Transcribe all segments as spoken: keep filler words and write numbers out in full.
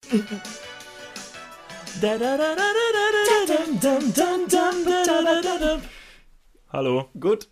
Hallo. Gut.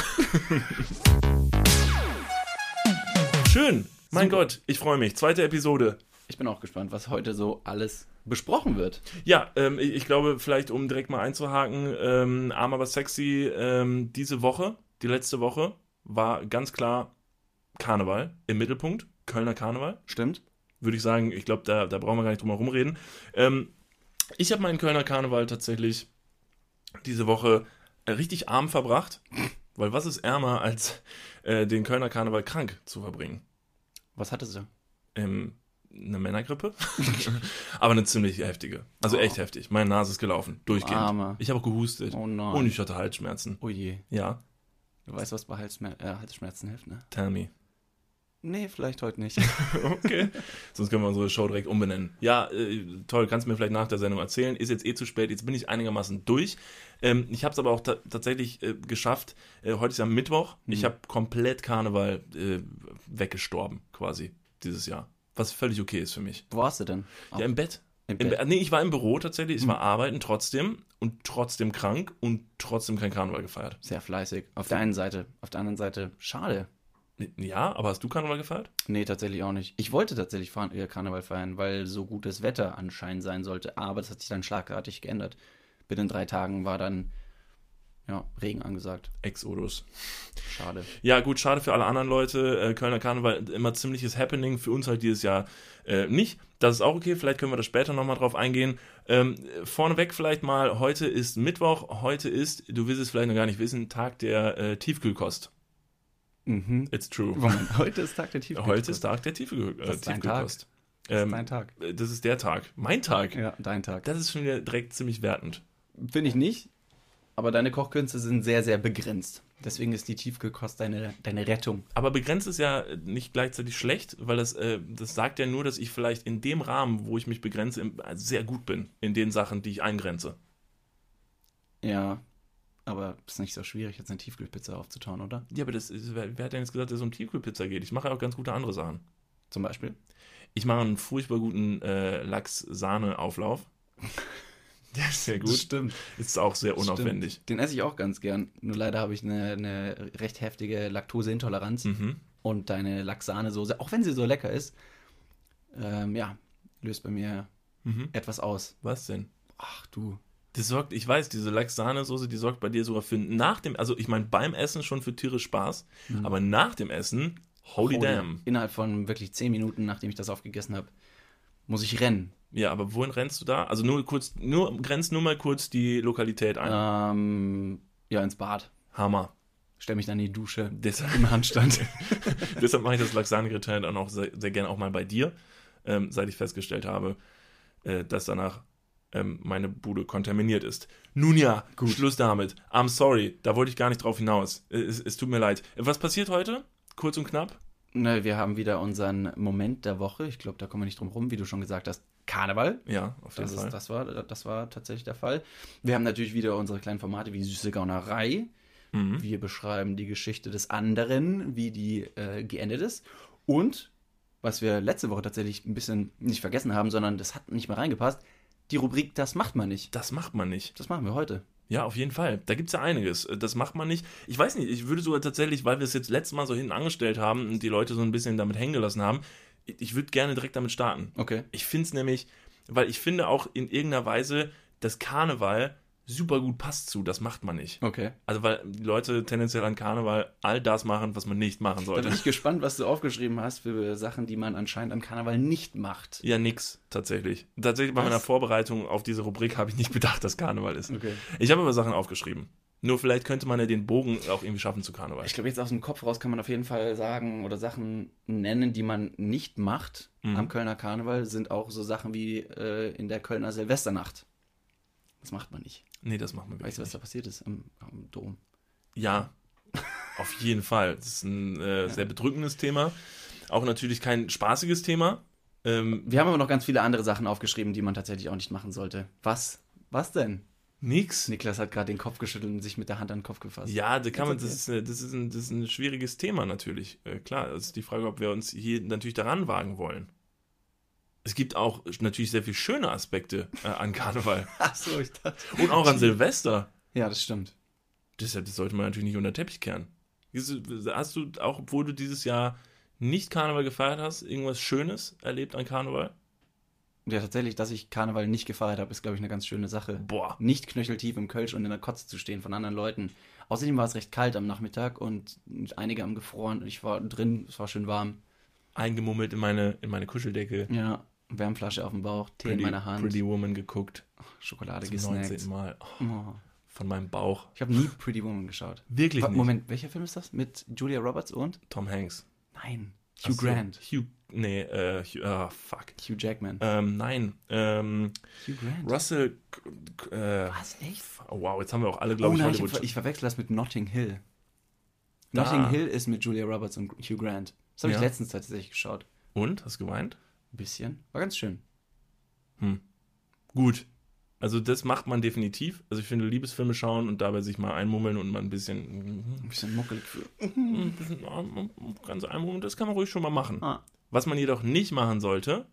Schön. Mein Super. Gott, ich freue mich. Zweite Episode. Ich bin auch gespannt, was heute so alles besprochen wird. Ja, ähm, ich, ich glaube, vielleicht um direkt mal einzuhaken, ähm, arm aber sexy, ähm, diese Woche, die letzte Woche, war ganz klar Karneval im Mittelpunkt. Kölner Karneval. Stimmt. Würde ich sagen, ich glaube, da, da brauchen wir gar nicht drum herum reden. Ähm, ich habe meinen Kölner Karneval tatsächlich diese Woche äh, richtig arm verbracht, weil was ist ärmer, als äh, den Kölner Karneval krank zu verbringen? Was hattest du? Ähm, eine Männergrippe, aber eine ziemlich heftige. Also Oh. echt heftig. Meine Nase ist gelaufen, durchgehend. Armer. Ich habe auch gehustet Oh nein. und ich hatte Halsschmerzen. Oh je. Ja, Du weißt, was bei Halsschmer- äh, Halsschmerzen hilft, ne? tell me. Nee, vielleicht heute nicht. Okay. Sonst können wir unsere Show direkt umbenennen. Ja, äh, toll, kannst du mir vielleicht nach der Sendung erzählen. Ist jetzt eh zu spät, jetzt bin ich einigermaßen durch. Ähm, ich habe es aber auch ta- tatsächlich äh, geschafft. Äh, heute ist ja Mittwoch. Hm. Ich habe komplett Karneval äh, weggestorben, quasi, dieses Jahr. Was völlig okay ist für mich. Wo warst du denn? Ja, im Bett. Im Im Bett. Be- nee, ich war im Büro tatsächlich. Ich Hm. war arbeiten trotzdem und trotzdem krank und trotzdem kein Karneval gefeiert. Sehr fleißig. Auf der einen Seite. Auf der anderen Seite, schade. Ja, aber hast du Karneval gefeiert? Nee, tatsächlich auch nicht. Ich wollte tatsächlich fahren, äh, Karneval feiern, weil so gutes Wetter anscheinend sein sollte. Aber das hat sich dann schlagartig geändert. Binnen drei Tagen war dann ja, Regen angesagt. Exodus. Schade. Ja, gut, schade für alle anderen Leute. Äh, Kölner Karneval immer ziemliches Happening. Für uns halt dieses Jahr äh, nicht. Das ist auch okay. Vielleicht können wir da später nochmal drauf eingehen. Ähm, vorneweg vielleicht mal, heute ist Mittwoch. Heute ist, du wirst es vielleicht noch gar nicht wissen, Tag der äh, Tiefkühlkost. Mhm. It's true. Moment, heute ist Tag der Tiefkühlkost. Heute ist Tag der Tiefkühl äh, Das ist dein Tiefkühlkost. Das ist Ähm, dein Tag. das ist der Tag. Mein Tag. Ja, dein Tag. Das ist schon wieder direkt ziemlich wertend. Finde ich nicht, aber deine Kochkünste sind sehr, sehr begrenzt. Deswegen ist die Tiefkühlkost deine, deine Rettung. Aber begrenzt ist ja nicht gleichzeitig schlecht, weil das, äh, das sagt ja nur, dass ich vielleicht in dem Rahmen, wo ich mich begrenze, im- sehr gut bin. In den Sachen, die ich eingrenze. Ja, aber ist nicht so schwierig, jetzt eine Tiefkühlpizza aufzutauen, oder? Ja, aber das ist, wer, wer hat denn jetzt gesagt, dass es um Tiefkühlpizza geht? Ich mache ja auch ganz gute andere Sachen. Zum Beispiel? Ich mache einen furchtbar guten äh, Lachs-Sahne-Auflauf. Der ist sehr gut. stimmt. Ist auch sehr Das unaufwendig. Den esse ich auch ganz gern. Nur leider habe ich eine, eine recht heftige Laktoseintoleranz. Mhm. Und deine Lachs-Sahnesoße, auch wenn sie so lecker ist, ähm, ja, löst bei mir Mhm. etwas aus. Was denn? Ach du. Das sorgt, ich weiß, diese Lachs-Sahne-Soße, die sorgt bei dir sogar für nach dem, also ich meine beim Essen schon für tierisch Spaß, Mhm. aber nach dem Essen, holy, damn. Innerhalb von wirklich zehn Minuten, nachdem ich das aufgegessen habe, muss ich rennen. Ja, aber wohin rennst du da? Also nur kurz, nur, grenzt nur mal kurz die Lokalität ein. Ähm, ja, ins Bad. Hammer. Stell mich dann in die Dusche Deshalb, im Handstand. deshalb mache ich das Lachs-Sahne-Gericht dann auch sehr, sehr gerne auch mal bei dir, ähm, seit ich festgestellt habe, äh, dass danach ähm, meine Bude kontaminiert ist. Nun ja, Gut. Schluss damit. I'm sorry, da wollte ich gar nicht drauf hinaus. Es, es tut mir leid. Was passiert heute? Kurz und knapp? Ne, wir haben wieder unseren Moment der Woche. Ich glaube, da kommen wir nicht drum rum, wie du schon gesagt hast. Karneval. Ja, auf jeden Das, Fall. ist, das, war, das war tatsächlich der Fall. Wir haben natürlich wieder unsere kleinen Formate wie Süße Gaunerei. Mhm. Wir beschreiben die Geschichte des anderen, wie die äh, geendet ist. Und, was wir letzte Woche tatsächlich ein bisschen nicht vergessen haben, sondern das hat nicht mehr reingepasst, die Rubrik Das macht man nicht. Das macht man nicht. Das machen wir heute. Ja, auf jeden Fall. Da gibt es ja einiges. Das macht man nicht. Ich weiß nicht, ich würde sogar tatsächlich, weil wir es jetzt letztes Mal so hinten angestellt haben und die Leute so ein bisschen damit hängen gelassen haben, ich, ich würde gerne direkt damit starten. Okay. Ich finde es nämlich, weil ich finde auch in irgendeiner Weise, dass Karneval super gut passt zu, das macht man nicht. Okay. Also weil die Leute tendenziell an Karneval all das machen, was man nicht machen Da sollte. bin ich gespannt, was du aufgeschrieben hast für Sachen, die man anscheinend an Karneval nicht macht. Ja, nix, tatsächlich. Tatsächlich bei Was? meiner Vorbereitung auf diese Rubrik habe ich nicht bedacht, dass Karneval ist. Okay. Ich habe aber Sachen aufgeschrieben. Nur vielleicht könnte man ja den Bogen auch irgendwie schaffen zu Karneval. Ich glaube, jetzt aus dem Kopf raus kann man auf jeden Fall sagen oder Sachen nennen, die man nicht macht Mhm. am Kölner Karneval, sind auch so Sachen wie äh, in der Kölner Silvesternacht. Das macht man nicht. Nee, das machen wir wirklich Weißt du, was nicht. da passiert ist am, am Dom? Ja, auf jeden Fall. Das ist ein äh, sehr bedrückendes Thema. Auch natürlich kein spaßiges Thema. Ähm, Wir haben aber noch ganz viele andere Sachen aufgeschrieben, die man tatsächlich auch nicht machen sollte. Was? Was denn? nix. Niklas hat gerade den Kopf geschüttelt und sich mit der Hand an den Kopf gefasst. Ja, da kann man, Jetzt das, ist, äh, das, ist ein, das ist ein schwieriges Thema natürlich. Äh, klar, das ist die Frage, ob wir uns hier natürlich daran wagen wollen. es gibt auch natürlich sehr viele schöne Aspekte äh, an Karneval. Achso, ich dachte. Und auch an Silvester. Ja, das stimmt. Deshalb, das sollte man natürlich nicht unter den Teppich kehren. Hast du, auch obwohl du dieses Jahr nicht Karneval gefeiert hast, irgendwas Schönes erlebt an Karneval? Ja, tatsächlich, dass ich Karneval nicht gefeiert habe, ist, glaube ich, eine ganz schöne Sache. Boah. Nicht knöcheltief im Kölsch und in der Kotze zu stehen von anderen Leuten. Außerdem war es recht kalt am Nachmittag und einige haben gefroren und ich war drin, es war schön warm. Eingemummelt in meine, in meine Kuscheldecke. Ja, Wärmflasche auf dem Bauch, Tee Pretty, in meiner Hand. Pretty Woman geguckt. Schokolade Zum gesnackt. neunzehnten Mal. Oh, Oh. von meinem Bauch. Ich habe nie Pretty Woman geschaut. Wirklich Wa- nicht. Moment, welcher Film ist das? Mit Julia Roberts und? Tom Hanks. Nein, Ach Hugh so, Grant. Hugh, nee, äh, Hugh, ah, fuck. Hugh Jackman. Ähm, nein, ähm, Hugh Grant. Russell, äh, Was, echt? wow, jetzt haben wir auch alle, Oh glaube ich, nein, ich, Hollywood. hab, ich verwechsel das mit Notting Hill. Da. Notting Hill ist mit Julia Roberts und Hugh Grant. Das habe Ja. ich letztens tatsächlich geschaut. Und, hast du geweint? Ein bisschen. War ganz schön. Hm. Gut. Also das macht man definitiv. Also ich finde, Liebesfilme schauen und dabei sich mal einmummeln und mal ein bisschen, Ein bisschen muckelig für. ein bisschen ah, ganz einmummeln, das kann man ruhig schon mal machen. Ah. Was man jedoch nicht machen sollte,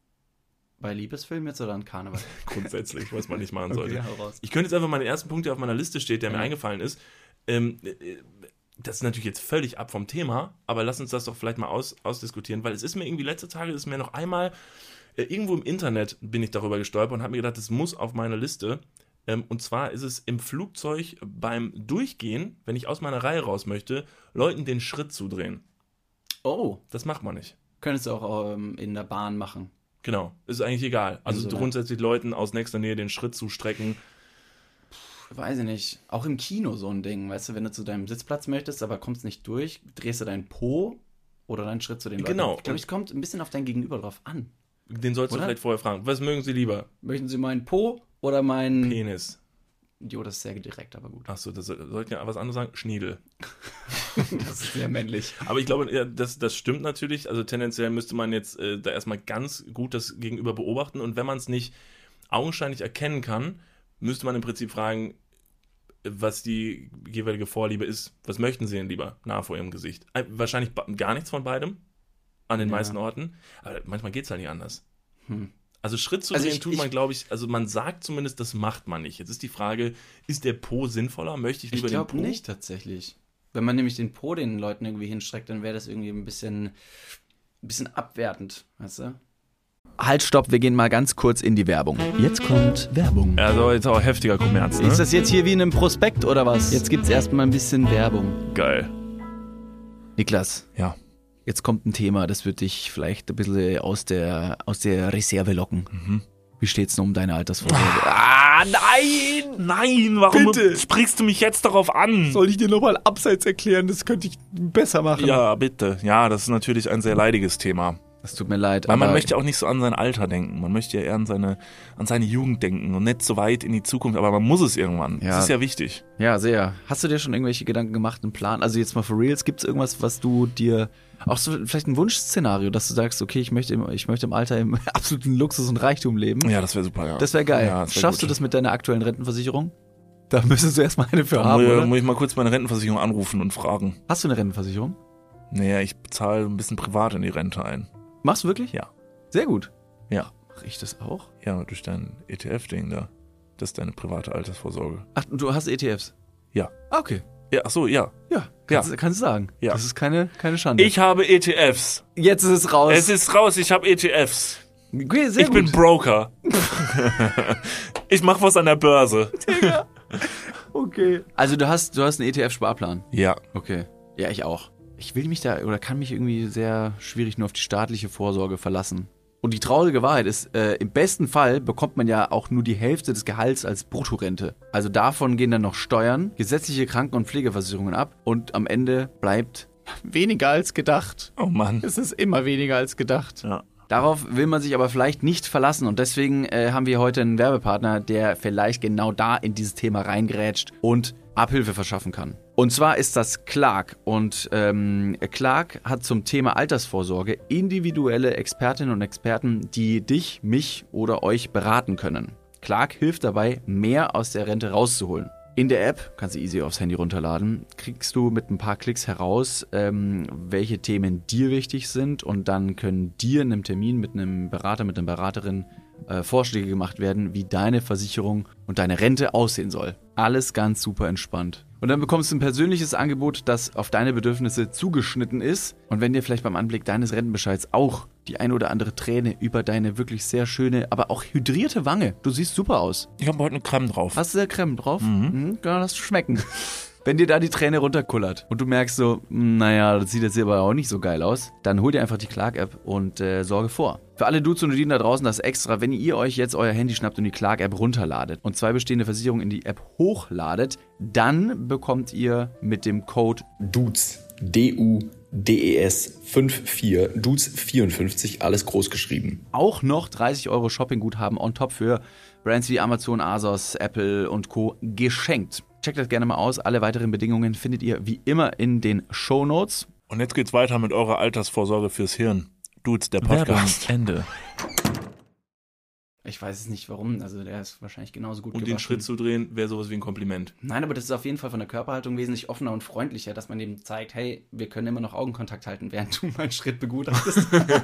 Bei Liebesfilmen jetzt oder an Karneval? grundsätzlich, was man nicht machen sollte. hau raus. Ich könnte jetzt einfach mal den ersten Punkt, der auf meiner Liste steht, der mir Ja. eingefallen ist. Ähm, äh, das ist natürlich jetzt völlig ab vom Thema, aber lass uns das doch vielleicht mal aus, ausdiskutieren, weil es ist mir irgendwie, letzte Tage ist mir noch einmal, äh, irgendwo im Internet bin ich darüber gestolpert und habe mir gedacht, das muss auf meine Liste. Ähm, und zwar ist es im Flugzeug beim Durchgehen, wenn ich aus meiner Reihe raus möchte, Leuten den Schritt zudrehen. Oh, Das macht man nicht. könntest du auch ähm, in der Bahn machen. Genau, ist eigentlich egal. Also Wieso denn? grundsätzlich Leuten aus nächster Nähe den Schritt zu strecken. Weiß ich nicht. Auch im Kino so ein Ding, weißt du, wenn du zu deinem Sitzplatz möchtest, aber kommst nicht durch, drehst du deinen Po oder deinen Schritt zu den Leuten. Genau. Ich glaube, es kommt ein bisschen auf dein Gegenüber drauf an. Den sollst Oder? du vielleicht vorher fragen. Was mögen Sie lieber? Möchten Sie meinen Po oder meinen... Penis. Jo, das ist sehr direkt, aber gut. Achso, das sollte ja was anderes sagen. Schniedel. Das ist sehr männlich. Aber ich glaube, ja, das, das stimmt natürlich. Also tendenziell müsste man jetzt äh, da erstmal ganz gut das Gegenüber beobachten. Und wenn man es nicht augenscheinlich erkennen kann, müsste man im Prinzip fragen, was die jeweilige Vorliebe ist. Was möchten Sie denn lieber nah vor Ihrem Gesicht? Äh, wahrscheinlich ba- gar nichts von beidem. An den Ja. meisten Orten. Aber manchmal geht es halt nicht anders. Hm. Also Schritt zu Also drehen ich- tut ich- man, glaube ich, also man sagt zumindest, das macht man nicht. Jetzt ist die Frage, ist der Po sinnvoller? Möchte ich Ich lieber den glaube Po? nicht tatsächlich. Wenn man nämlich den Po den Leuten irgendwie hinstreckt, dann wäre das irgendwie ein bisschen, ein bisschen abwertend, weißt du? Halt, stopp, wir gehen mal ganz kurz in die Werbung. Jetzt kommt Werbung. Also jetzt auch heftiger Kommerz, ne? Ist das jetzt hier wie in einem Prospekt oder was? Jetzt gibt's erstmal ein bisschen Werbung. geil? Niklas, Ja. jetzt kommt ein Thema, das wird dich vielleicht ein bisschen aus der, aus der Reserve locken. Mhm. Wie steht's denn um deine Altersvorsorge? Ah, nein! Nein, warum Bitte. sprichst du mich jetzt darauf an? Soll ich dir nochmal abseits erklären? Das könnte ich besser machen. Ja, bitte. Ja, das ist natürlich ein sehr leidiges Thema. Es tut mir leid, Weil man aber möchte auch nicht so an sein Alter denken. Man möchte ja eher an seine, an seine Jugend denken und nicht so weit in die Zukunft. Aber man muss es irgendwann. Ja. Das ist ja wichtig. ja, sehr. Hast du dir schon irgendwelche Gedanken gemacht, einen Plan? Also jetzt mal for reals, gibt es irgendwas, was du dir, auch so vielleicht ein Wunschszenario, dass du sagst, okay, ich möchte im, ich möchte im Alter im absoluten Luxus und Reichtum leben? Ja, das wäre super, ja. Das wäre geil. Ja, das wär Schaffst gut. du das mit deiner aktuellen Rentenversicherung? Da müsstest du erstmal eine für Da haben, muss, oder? muss ich mal kurz meine Rentenversicherung anrufen und fragen. Hast du eine Rentenversicherung? Naja, ich bezahle ein bisschen privat in die Rente ein. Machst du wirklich? Ja. Sehr gut. Ja. Mach ich das auch? Ja, durch dein E T F-Ding da. Das ist deine private Altersvorsorge. Ach, du hast E T Fs? Ja. Ah, okay. Ja, ach so, ja. Ja, kannst, kannst du sagen. Ja. Das ist keine, keine Schande. Ich habe E T Fs. Jetzt ist es raus. Es ist raus, ich habe E T Fs. okay, sehr Ich gut. bin Broker. Ich mache was an der Börse. Okay. Also du hast, du hast einen E T F-Sparplan. Ja. Okay. Ja, ich auch. Ich will mich da oder kann mich irgendwie sehr schwierig nur auf die staatliche Vorsorge verlassen. Und die traurige Wahrheit ist, äh, im besten Fall bekommt man ja auch nur die Hälfte des Gehalts als Bruttorente. Also davon gehen dann noch Steuern, gesetzliche Kranken- und Pflegeversicherungen ab und am Ende bleibt weniger als gedacht. Oh Mann. Es ist immer weniger als gedacht. Ja. Darauf will man sich aber vielleicht nicht verlassen und deswegen äh, haben wir heute einen Werbepartner, der vielleicht genau da in dieses Thema reingrätscht und Abhilfe verschaffen kann. Und zwar ist das Clark und ähm, Clark hat zum Thema Altersvorsorge individuelle Expertinnen und Experten, die dich, mich oder euch beraten können. Clark hilft dabei, mehr aus der Rente rauszuholen. In der App, kannst du easy aufs Handy runterladen, kriegst du mit ein paar Klicks heraus, ähm, welche Themen dir wichtig sind und dann können dir in einem Termin mit einem Berater, mit einer Beraterin äh, Vorschläge gemacht werden, wie deine Versicherung und deine Rente aussehen soll. Alles ganz super entspannt. Und dann bekommst du ein persönliches Angebot, das auf deine Bedürfnisse zugeschnitten ist. Und wenn dir vielleicht beim Anblick deines Rentenbescheids auch die ein oder andere Träne über deine wirklich sehr schöne, aber auch hydrierte Wange, du siehst super aus. Ich habe heute eine Creme drauf. Hast du da Creme drauf? Mhm. Mhm, kann das schmecken. Wenn dir da die Träne runterkullert und du merkst so, naja, das sieht jetzt hier aber auch nicht so geil aus, dann hol dir einfach die Clark-App und äh, sorge vor. Für alle Dudes und Dudinen da draußen das extra, wenn ihr euch jetzt euer Handy schnappt und die Clark-App runterladet und zwei bestehende Versicherungen in die App hochladet, dann bekommt ihr mit dem Code Dudes, D U D E S fünfundvierzig, Dudes vierundfünfzig, alles groß geschrieben. auch noch dreißig Euro Shoppingguthaben on top für Brands wie Amazon, Asos, Apple und Co. geschenkt. Checkt das gerne mal aus. Alle weiteren Bedingungen findet ihr wie immer in den Shownotes. Und jetzt geht's weiter mit eurer Altersvorsorge fürs Hirn. Dudes, der Podcast. Ende. Ich weiß es nicht warum, also der ist wahrscheinlich genauso gut Und gewaschen. den Schritt zu drehen, wäre sowas wie ein Kompliment. Nein, aber das ist auf jeden Fall von der Körperhaltung wesentlich offener und freundlicher, dass man eben zeigt, hey, wir können immer noch Augenkontakt halten, während du mal einen Schritt begutachtest.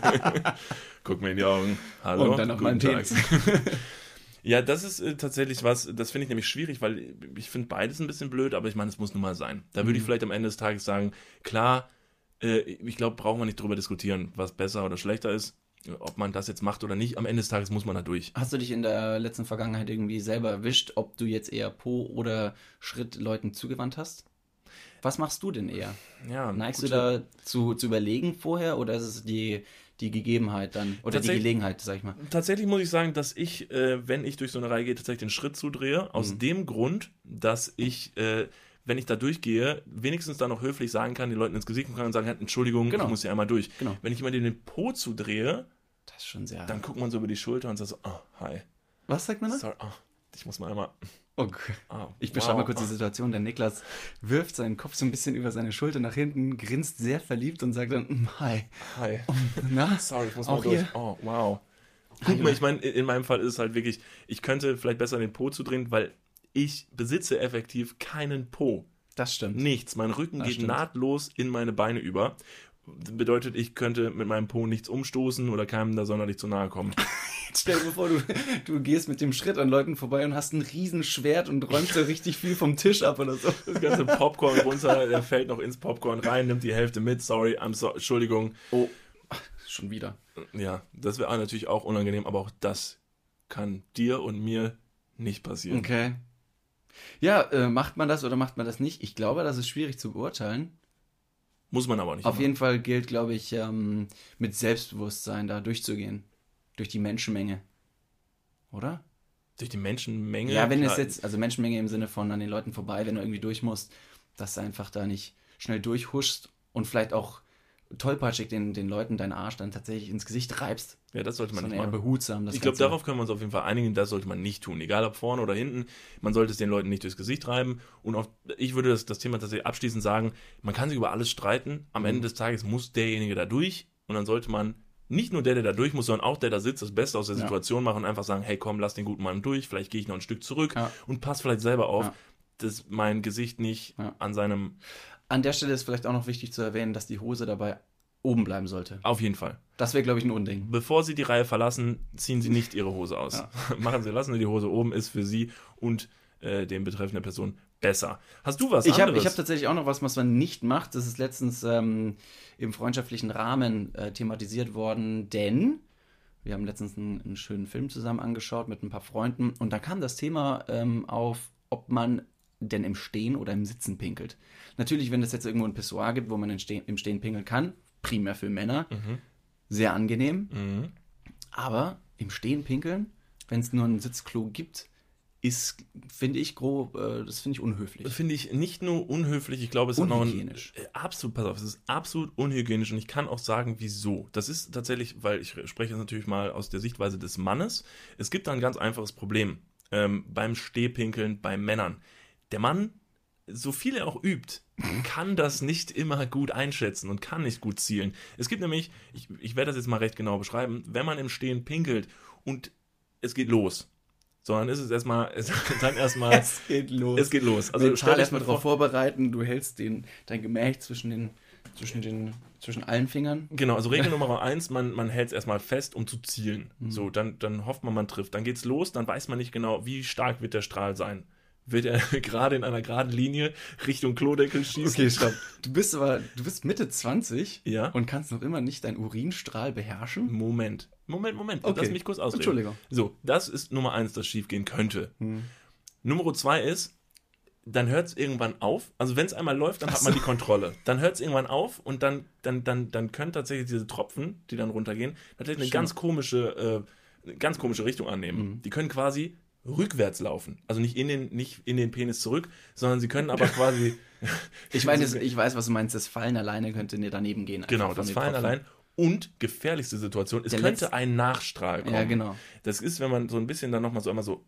Guck mir in die Augen. Hallo. Und dann noch mal einen guten Tag. Penis. Ja, das ist äh, tatsächlich was, das finde ich nämlich schwierig, weil ich finde beides ein bisschen blöd, aber ich meine, es muss nun mal sein. Da würde ich Mhm. vielleicht am Ende des Tages sagen, klar, äh, ich glaube, brauchen wir nicht drüber diskutieren, was besser oder schlechter ist, ob man das jetzt macht oder nicht. Am Ende des Tages muss man da durch. Hast du dich in der letzten Vergangenheit irgendwie selber erwischt, ob du jetzt eher Po oder Schritt Leuten zugewandt hast? Was machst du denn eher? Ja, Neigst gute- du da zu, zu überlegen vorher oder ist es die, die Gegebenheit dann? Oder die Tatsächlich- Gelegenheit, sag ich mal. Tatsächlich muss ich sagen, dass ich, äh, wenn ich durch so eine Reihe gehe, tatsächlich den Schritt zudrehe. Aus Mhm. dem Grund, dass ich, äh, wenn ich da durchgehe, wenigstens dann noch höflich sagen kann, den Leuten ins Gesicht gucken kann und sagen, halt, Entschuldigung, Genau. ich muss hier einmal durch. Genau. Wenn ich immer den Po zudrehe, Das ist schon sehr... dann guckt man so über die Schulter und sagt so, oh, hi. Was sagt man da? Sorry, oh, ich muss mal einmal. Okay. Oh, Ich beschreibe wow. mal kurz die Situation. Der Niklas wirft seinen Kopf so ein bisschen über seine Schulter nach hinten, grinst sehr verliebt und sagt dann, "Mm, hi. Hi. Na, Sorry, ich muss auch mal durch. hier? Oh, wow. Guck mal, ich meine, in meinem Fall ist es halt wirklich, ich könnte vielleicht besser den Po zudrehen, weil ich besitze effektiv keinen Po. Das stimmt. Nichts. Mein Rücken Das geht stimmt. nahtlos in meine Beine über. Bedeutet, ich könnte mit meinem Po nichts umstoßen oder keinem da sonderlich zu nahe kommen. Stell dir vor, du, du gehst mit dem Schritt an Leuten vorbei und hast ein Riesenschwert und räumst so richtig viel vom Tisch ab oder so. Das ganze Popcorn runter, der fällt noch ins Popcorn rein, nimmt die Hälfte mit. Sorry, I'm so, Entschuldigung. Oh, schon wieder. Ja, das wäre natürlich auch unangenehm, aber auch das kann dir und mir nicht passieren. Okay. Ja, äh, macht man das oder macht man das nicht? Ich glaube, das ist schwierig zu beurteilen. Muss man aber nicht. Auf immer. jeden Fall gilt, glaube ich, ähm, mit Selbstbewusstsein da durchzugehen. Durch die Menschenmenge. Oder? Durch die Menschenmenge. Ja, wenn klar, es jetzt, also Menschenmenge im Sinne von an den Leuten vorbei, wenn du irgendwie durch musst, dass du einfach da nicht schnell durchhuschst und vielleicht auch tollpatschig den, den Leuten deinen Arsch dann tatsächlich ins Gesicht reibst. Ja, das sollte man Sondern nicht eher machen. behutsam. Das Ich glaube, Ganze- darauf können wir uns auf jeden Fall einigen, das sollte man nicht tun. Egal ob vorne oder hinten, man sollte es den Leuten nicht durchs Gesicht reiben. Und auf, ich würde das, das Thema tatsächlich abschließend sagen, man kann sich über alles streiten. Am Mhm. Ende des Tages muss derjenige da durch. Und dann sollte man nicht nur der, der da durch muss, sondern auch der da sitzt, das Beste aus der Ja. Situation machen und einfach sagen, hey komm, lass den guten Mann durch, vielleicht gehe ich noch ein Stück zurück Ja. und pass vielleicht selber auf, Ja. dass mein Gesicht nicht Ja. an seinem, An der Stelle ist vielleicht auch noch wichtig zu erwähnen, dass die Hose dabei oben bleiben sollte. auf jeden Fall. Das wäre, glaube ich, ein Unding. Bevor Sie die Reihe verlassen, ziehen Sie nicht Ihre Hose aus. Ja. Machen Sie, lassen Sie die Hose oben, ist für Sie und äh, den betreffenden Person besser. Hast du was Ich habe anderes? ich hab tatsächlich auch noch was, was man nicht macht. Das ist letztens ähm, im freundschaftlichen Rahmen äh, thematisiert worden, denn wir haben letztens einen, einen schönen Film zusammen angeschaut mit ein paar Freunden und da kam das Thema ähm, auf, ob man denn im Stehen oder im Sitzen pinkelt. Natürlich, wenn es jetzt irgendwo ein Pissoir gibt, wo man im Stehen, im Stehen pinkeln kann, primär für Männer, Mhm. sehr angenehm, Mhm. aber im Stehen pinkeln, wenn es nur ein Sitzklo gibt, ist, finde ich, grob, äh, das finde ich unhöflich. Finde ich nicht nur unhöflich, ich glaube, es ist auch noch ein, Unhygienisch. äh, absolut, pass auf, es ist absolut unhygienisch und ich kann auch sagen, wieso. Das ist tatsächlich, weil ich spreche jetzt natürlich mal aus der Sichtweise des Mannes. Es gibt da ein ganz einfaches Problem ähm, beim Stehpinkeln bei Männern. Der Mann, so viel er auch übt, kann das nicht immer gut einschätzen und kann nicht gut zielen. Es gibt nämlich, ich, ich werde das jetzt mal recht genau beschreiben, wenn man im Stehen pinkelt und es geht los. sondern ist es erstmal, es, dann erstmal, Es geht los. es geht los. Also Mental stell dich erstmal mal darauf vor, vorbereiten, du hältst den, dein Gemächt zwischen den, zwischen den, zwischen allen Fingern. genau, also Regel Nummer eins, man, man hält es erstmal fest, um zu zielen. Mhm. So, dann, dann hofft man, man trifft. Dann geht's los, dann weiß man nicht genau, wie stark wird der Strahl sein. Wird er gerade in einer geraden Linie Richtung Klodeckel schießen? Okay, stopp. Du bist aber, du bist Mitte zwanzig Ja. und kannst noch immer nicht deinen Urinstrahl beherrschen. Moment. Moment, Moment. Okay. Lass mich kurz ausreden. Entschuldigung. So, das ist Nummer eins, das schief gehen könnte. Hm. Nummer zwei ist, dann hört es irgendwann auf. Also wenn es einmal läuft, dann Ach hat man so. die Kontrolle. Dann hört es irgendwann auf und dann, dann, dann, dann können tatsächlich diese Tropfen, die dann runtergehen, tatsächlich eine Stimmt. ganz komische, äh, eine ganz komische Richtung annehmen. Mhm. Die können quasi rückwärts laufen. Also nicht in den, nicht in den Penis zurück, sondern sie können aber quasi... Ich meine, das- ich weiß, was du meinst. Das Fallen alleine könnte dir daneben gehen. einfach Genau, von das den Fallen Tropfen. allein. Und gefährlichste Situation, es Der könnte letzte- ein Nachstrahl kommen. Ja, genau. Das ist, wenn man so ein bisschen dann nochmal so einmal so,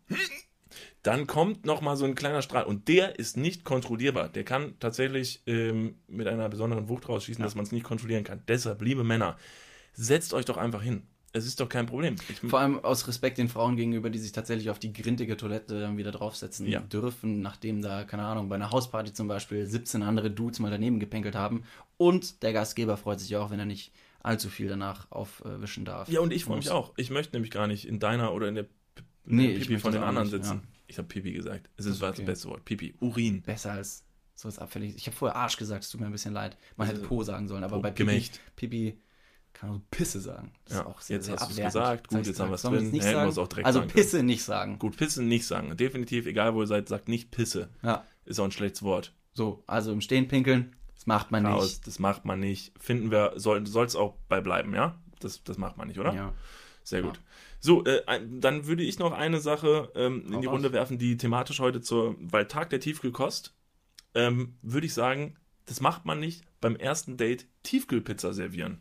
dann kommt nochmal so ein kleiner Strahl und der ist nicht kontrollierbar. Der kann tatsächlich ähm, mit einer besonderen Wucht rausschießen, dass man es nicht kontrollieren kann. Deshalb, liebe Männer, setzt euch doch einfach hin. Es ist doch kein Problem. Ich, Vor allem aus Respekt den Frauen gegenüber, die sich tatsächlich auf die grintige Toilette dann wieder draufsetzen Ja. dürfen, nachdem da, keine Ahnung, bei einer Hausparty zum Beispiel siebzehn andere Dudes mal daneben gepinkelt haben. Und der Gastgeber freut sich auch, wenn er nicht allzu viel danach aufwischen darf. ja, und ich freue Muss. mich auch. Ich möchte nämlich gar nicht in deiner oder in der P- Nee, ich Pipi möchte von den das auch anderen nicht, sitzen. ja. Ich habe Pipi gesagt. Es Das ist ist das okay. beste Wort. Pipi. Urin. Besser als so was Abfälliges. Ich habe vorher Arsch gesagt, es tut mir ein bisschen leid. Man hätte Also, Po sagen sollen, aber Po, bei Pipi, Gemächt. Pipi kann man so Pisse sagen. Das Ja, ist auch sehr, jetzt sehr hast du's abwertend. gesagt. Gut, Sag ich jetzt haben wir's Sollen wir drin. es nicht Hätten wir sagen? es auch direkt Also sagen können. Pisse nicht sagen. Gut, Pisse nicht sagen. Definitiv, egal wo ihr seid, sagt nicht Pisse. Ja, Ist auch ein schlechtes Wort. so, also im Stehen pinkeln, das macht man Raus, nicht. das macht man nicht. Finden wir, soll es auch bei bleiben, ja? Das, das macht man nicht, oder? Ja. Sehr Ja. gut. So, äh, ein- dann würde ich noch eine Sache ähm, in Hau die raus. Runde werfen, die thematisch heute zur, weil Tag der Tiefkühlkost, ähm, würde ich sagen, das macht man nicht beim ersten Date Tiefkühlpizza servieren.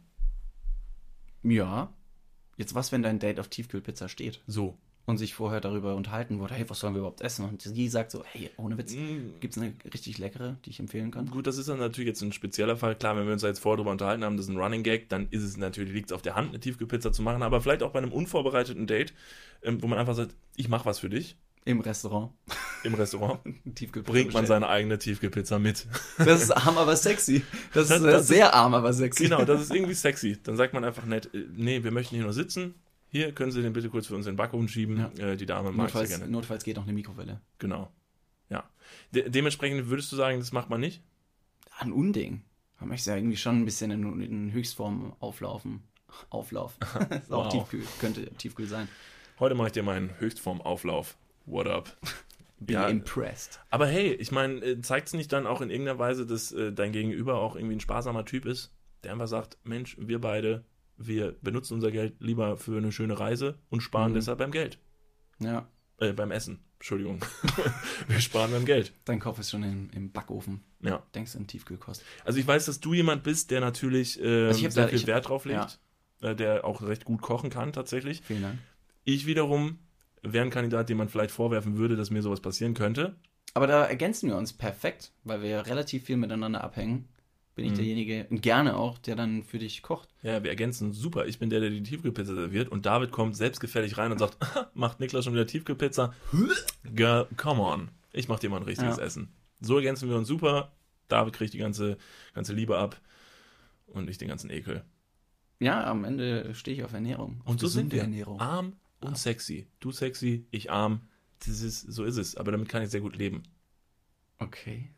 Ja. Jetzt was, wenn dein Date auf Tiefkühlpizza steht So. und sich vorher darüber unterhalten wurde, hey, was sollen wir überhaupt essen? Und die sagt so, hey, ohne Witz, Mm, gibt es eine richtig leckere, die ich empfehlen kann? Gut, das ist dann natürlich jetzt ein spezieller Fall. Klar, wenn wir uns da jetzt vorher drüber unterhalten haben, das ist ein Running Gag, dann ist es natürlich, liegt es auf der Hand, eine Tiefkühlpizza zu machen, aber vielleicht auch bei einem unvorbereiteten Date, ähm, wo man einfach sagt, ich mache was für dich Im Restaurant. im Restaurant, Tiefkühlpizza bringt man bestellen. seine eigene Tiefkühlpizza mit. Das ist arm, aber sexy. Das, Das- ist äh, das ist- sehr arm, aber sexy. Genau, das ist irgendwie sexy. Dann sagt man einfach nett, äh, nee, wir möchten hier nur sitzen. Hier können Sie den bitte kurz für uns in den Backofen schieben. Ja. Äh, die Dame mag sehr Notfalls, gerne. notfalls geht noch eine Mikrowelle. Genau. Ja. De dementsprechend würdest du sagen, das macht man nicht? Ein Unding. Man möchte ja irgendwie schon ein bisschen in, in Höchstform auflaufen. Auflauf. Ist auch Wow. tiefkühl. Könnte tiefkühl sein. Heute mache ich dir meinen Höchstformauflauf. What up? Bin Ja, impressed. aber hey, ich meine, äh, zeigt es nicht dann auch in irgendeiner Weise, dass äh, dein Gegenüber auch irgendwie ein sparsamer Typ ist, der einfach sagt, Mensch, wir beide, wir benutzen unser Geld lieber für eine schöne Reise und sparen Mhm. deshalb beim Geld. Ja, Äh, beim Essen. Entschuldigung. wir sparen beim Geld. dein Kopf ist schon in, im Backofen. Ja. Denkst du in Tiefkühlkost? Also ich weiß, dass du jemand bist, der natürlich äh, Also ich hab sehr da- viel ich hab- Wert drauf legt, äh, der auch recht gut kochen kann tatsächlich. Vielen Dank. Ich wiederum wäre ein Kandidat, dem man vielleicht vorwerfen würde, dass mir sowas passieren könnte. Aber da ergänzen wir uns perfekt, weil wir ja relativ viel miteinander abhängen. Bin ich Mhm. derjenige, und gerne auch, der dann für dich kocht. Ja, wir ergänzen super. Ich bin der, der die Tiefkühlpizza serviert und David kommt selbstgefällig rein und sagt, macht Niklas schon wieder Tiefkühlpizza? Girl, come on. Ich mach dir mal ein richtiges Ja. Essen. So ergänzen wir uns super. David kriegt die ganze, ganze Liebe ab und ich den ganzen Ekel. Ja, am Ende stehe ich auf Ernährung. Auf Und so sind gesunde wir. Ernährung. Arm und sexy. Du sexy, ich arm. Das ist, so ist es. Aber damit kann ich sehr gut leben. Okay.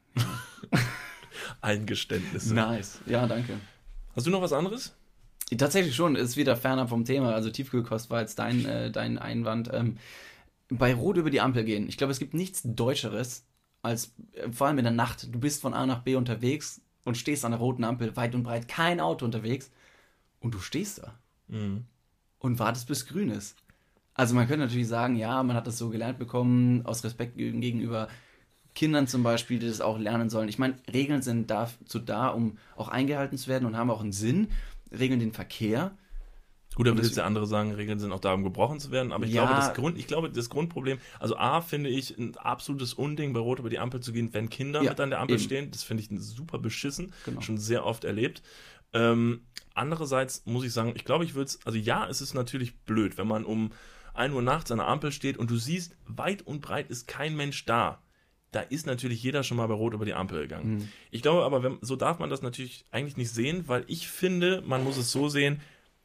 Eingeständnisse. Nice. Ja, danke. Hast du noch was anderes? Tatsächlich schon, ist wieder fernab vom Thema. Also Tiefkühlkost war jetzt dein, äh, dein Einwand. Ähm, bei Rot über die Ampel gehen. Ich glaube, es gibt nichts Deutscheres als, äh, vor allem in der Nacht, du bist von A nach B unterwegs und stehst an der roten Ampel, weit und breit, kein Auto unterwegs und du stehst da Mhm. und wartest, bis grün ist. Also man könnte natürlich sagen, ja, man hat das so gelernt bekommen, aus Respekt geg- gegenüber Kindern zum Beispiel, die das auch lernen sollen. Ich meine, Regeln sind dazu da, um auch eingehalten zu werden und haben auch einen Sinn. Regeln den Verkehr. Gut, da Und würde das- jetzt der andere sagen, Regeln sind auch da, um gebrochen zu werden. Aber ich Ja. glaube, das Grund, ich glaube, das Grundproblem, also A, finde ich ein absolutes Unding, bei Rot über die Ampel zu gehen, wenn Kinder Ja, mit an der Ampel eben. stehen. Das finde ich super beschissen. Genau. Schon sehr oft erlebt. Ähm, andererseits muss ich sagen, ich glaube, ich würde es, also ja, es ist natürlich blöd, wenn man um ein Uhr nachts an der Ampel steht und du siehst, weit und breit ist kein Mensch da. Da ist natürlich jeder schon mal bei Rot über die Ampel gegangen. Mhm. Ich glaube aber, wenn, so darf man das natürlich eigentlich nicht sehen, weil ich finde, man muss es so sehen,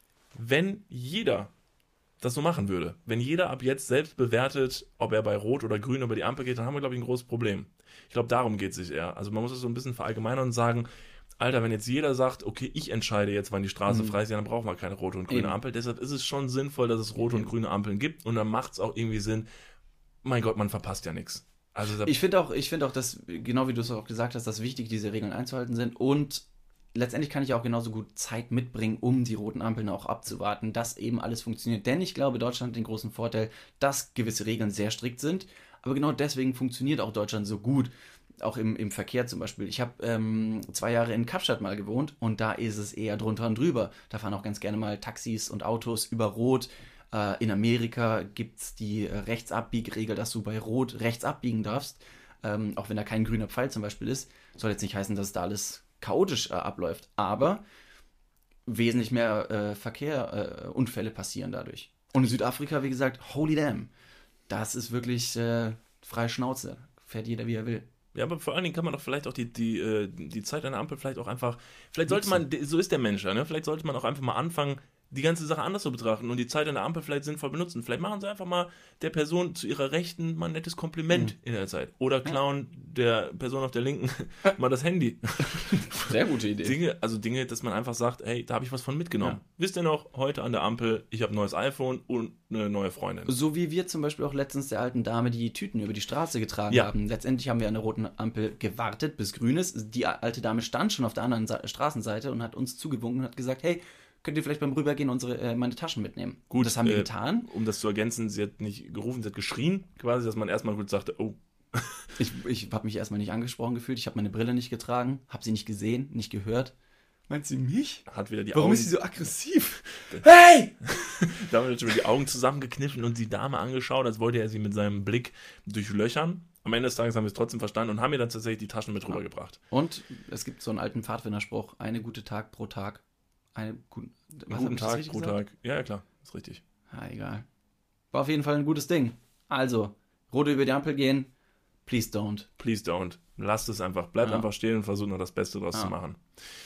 wenn jeder das so machen würde, wenn jeder ab jetzt selbst bewertet, ob er bei Rot oder Grün über die Ampel geht, dann haben wir, glaube ich, ein großes Problem. Ich glaube, darum geht es sich eher. Also man muss es so ein bisschen verallgemeinern und sagen, Alter, wenn jetzt jeder sagt, okay, ich entscheide jetzt, wann die Straße mhm. frei ist, ja, dann brauchen wir keine rote und grüne Eben. Ampel. Deshalb ist es schon sinnvoll, dass es rote Eben. und grüne Ampeln gibt und dann macht es auch irgendwie Sinn, mein Gott, man verpasst ja nichts. Also ich finde auch, ich finde auch, dass, genau wie du es auch gesagt hast, dass wichtig diese Regeln einzuhalten sind und letztendlich kann ich auch genauso gut Zeit mitbringen, um die roten Ampeln auch abzuwarten, dass eben alles funktioniert. Denn ich glaube, Deutschland hat den großen Vorteil, dass gewisse Regeln sehr strikt sind. Aber genau deswegen funktioniert auch Deutschland so gut. Auch im, im Verkehr zum Beispiel. Ich habe ähm, zwei Jahre in Kapstadt mal gewohnt und da ist es eher drunter und drüber. Da fahren auch ganz gerne mal Taxis und Autos über Rot. Äh, in Amerika gibt es die äh, Rechtsabbiegeregel, dass du bei Rot rechts abbiegen darfst. Ähm, auch wenn da kein grüner Pfeil zum Beispiel ist. Soll jetzt nicht heißen, dass da alles chaotisch äh, abläuft, aber wesentlich mehr äh, Verkehr, äh, Unfälle passieren dadurch. Und in Südafrika, wie gesagt, holy damn, das ist wirklich äh, freie Schnauze, fährt jeder, wie er will. Ja, aber vor allen Dingen kann man doch vielleicht auch die, die, äh, die Zeit an der Ampel vielleicht auch einfach, vielleicht sollte man, so ist der Mensch ja, ne? Vielleicht sollte man auch einfach mal anfangen, die ganze Sache anders zu betrachten und die Zeit an der Ampel vielleicht sinnvoll benutzen. Vielleicht machen sie einfach mal der Person zu ihrer Rechten mal ein nettes Kompliment mhm. in der Zeit. Oder klauen ja. der Person auf der Linken mal das Handy. Sehr gute Idee. Dinge, also Dinge, dass man einfach sagt, hey, da habe ich was von mitgenommen. Ja. Wisst ihr noch, heute an der Ampel, ich habe ein neues iPhone und eine neue Freundin. So wie wir zum Beispiel auch letztens der alten Dame die Tüten über die Straße getragen ja. haben. Letztendlich haben wir an der roten Ampel gewartet, bis grün ist. Die alte Dame stand schon auf der anderen Sa- Straßenseite und hat uns zugewunken und hat gesagt, hey, könnt ihr vielleicht beim Rübergehen unsere, äh, meine Taschen mitnehmen? Gut, das haben wir äh, getan. Um das zu ergänzen, sie hat nicht gerufen, sie hat geschrien, quasi, dass man erstmal kurz sagte, oh. ich ich habe mich erstmal nicht angesprochen gefühlt, ich habe meine Brille nicht getragen, habe sie nicht gesehen, nicht gehört. Meint sie mich? Hat wieder die Warum Augen... ist sie so aggressiv? Hey! Da haben wir schon die Augen zusammengekniffen und die Dame angeschaut, als wollte er sie mit seinem Blick durchlöchern. Am Ende des Tages haben wir es trotzdem verstanden und haben ihr dann tatsächlich die Taschen mit rübergebracht. Und es gibt so einen alten Pfadfinderspruch, eine gute Tag pro Tag. Eine guten, was guten Tag pro Tag. Ja, ja, klar, ist richtig. Ja, egal. War auf jeden Fall ein gutes Ding. Also, rote über die Ampel gehen, please don't. Please don't. Lasst es einfach. Bleibt ja. einfach stehen und versucht noch das Beste draus ja. zu machen.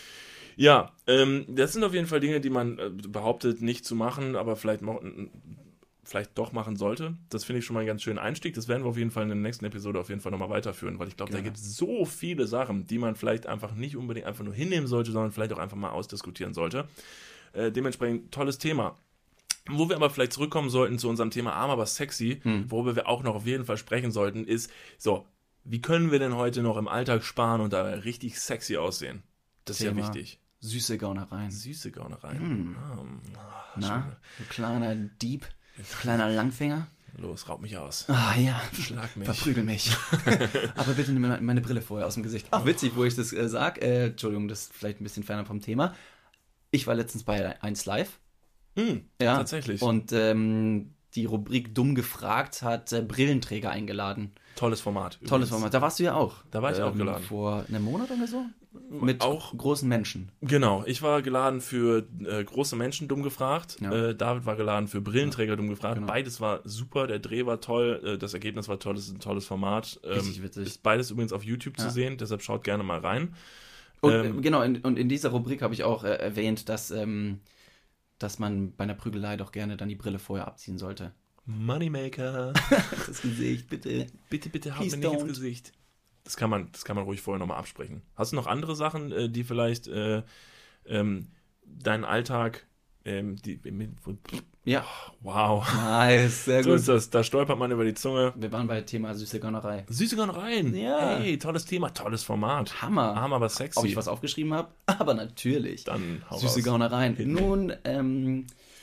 Ja, ähm, das sind auf jeden Fall Dinge, die man äh, behauptet nicht zu machen, aber vielleicht, mo- vielleicht doch machen sollte. Das finde ich schon mal einen ganz schönen Einstieg. Das werden wir auf jeden Fall in der nächsten Episode auf jeden Fall nochmal weiterführen, weil ich glaube, ja. da gibt es so viele Sachen, die man vielleicht einfach nicht unbedingt einfach nur hinnehmen sollte, sondern vielleicht auch einfach mal ausdiskutieren sollte. Äh, dementsprechend tolles Thema. Wo wir aber vielleicht zurückkommen sollten zu unserem Thema arm, aber sexy, hm. worüber wir auch noch auf jeden Fall sprechen sollten, ist, so, wie können wir denn heute noch im Alltag sparen und da richtig sexy aussehen? Das Thema. Ist ja wichtig. Süße Gaunereien. Süße Gaunereien. Hm. Ah, Na, du kleiner Dieb, kleiner Langfinger. Los, raub mich aus. Ah ja, schlag mich. Verprügel mich. Aber bitte nimm meine, meine Brille vorher aus dem Gesicht. Ach, witzig, wo ich das äh, sag. Äh, Entschuldigung, das ist vielleicht ein bisschen ferner vom Thema. Ich war letztens bei eins Live. Hm, ja, tatsächlich. Und ähm, die Rubrik Dumm gefragt hat äh, Brillenträger eingeladen. Tolles Format. Übrigens. Tolles Format. Da warst du ja auch. Da war ich ähm, auch geladen. Vor einem Monat oder so? Mit auch großen Menschen. Genau. Ich war geladen für äh, große Menschen, dumm gefragt. Ja. Äh, David war geladen für Brillenträger, dumm gefragt. Genau. Beides war super. Der Dreh war toll. Äh, das Ergebnis war toll. Das ist ein tolles Format. Ähm, Richtig witzig. Ist beides übrigens auf YouTube ja. zu sehen. Deshalb schaut gerne mal rein. Und, ähm, genau. In, und in dieser Rubrik habe ich auch äh, erwähnt, dass, ähm, dass man bei einer Prügelei doch gerne dann die Brille vorher abziehen sollte. Moneymaker. Das Gesicht, bitte. Bitte, bitte, haut mir nicht ins Gesicht. Das kann man, das kann man ruhig vorher nochmal absprechen. Hast du noch andere Sachen, die vielleicht äh, ähm, deinen Alltag, ähm, die, ja. Wow. Nice, sehr so gut. Ist das, da stolpert man über die Zunge. Wir waren bei Thema süße Gaunerei. Süße Gaunereien. Ja. Hey, tolles Thema, tolles Format. Hammer. Hammer, aber sexy. Ob ich was aufgeschrieben habe? Aber natürlich. Dann hau Süße raus. Gaunereien. Nun, ähm,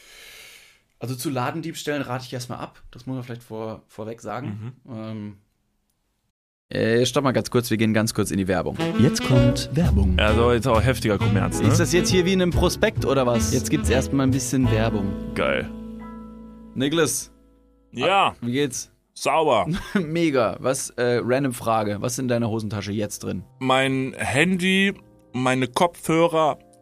also zu Ladendiebstählen rate ich erstmal ab. Das muss man vielleicht vor, vorweg sagen. Mhm. Ähm, Äh, stopp mal ganz kurz, wir gehen ganz kurz in die Werbung. Jetzt kommt Werbung. Also jetzt auch heftiger Kommerz, ne? Ist das jetzt hier wie in einem Prospekt oder was? Jetzt gibt's erstmal ein bisschen Werbung. Geil. Niklas. Ja. Ah, wie geht's? Sauber. Mega. Was, äh, random Frage. Was ist in deiner Hosentasche jetzt drin? Mein Handy, meine Kopfhörer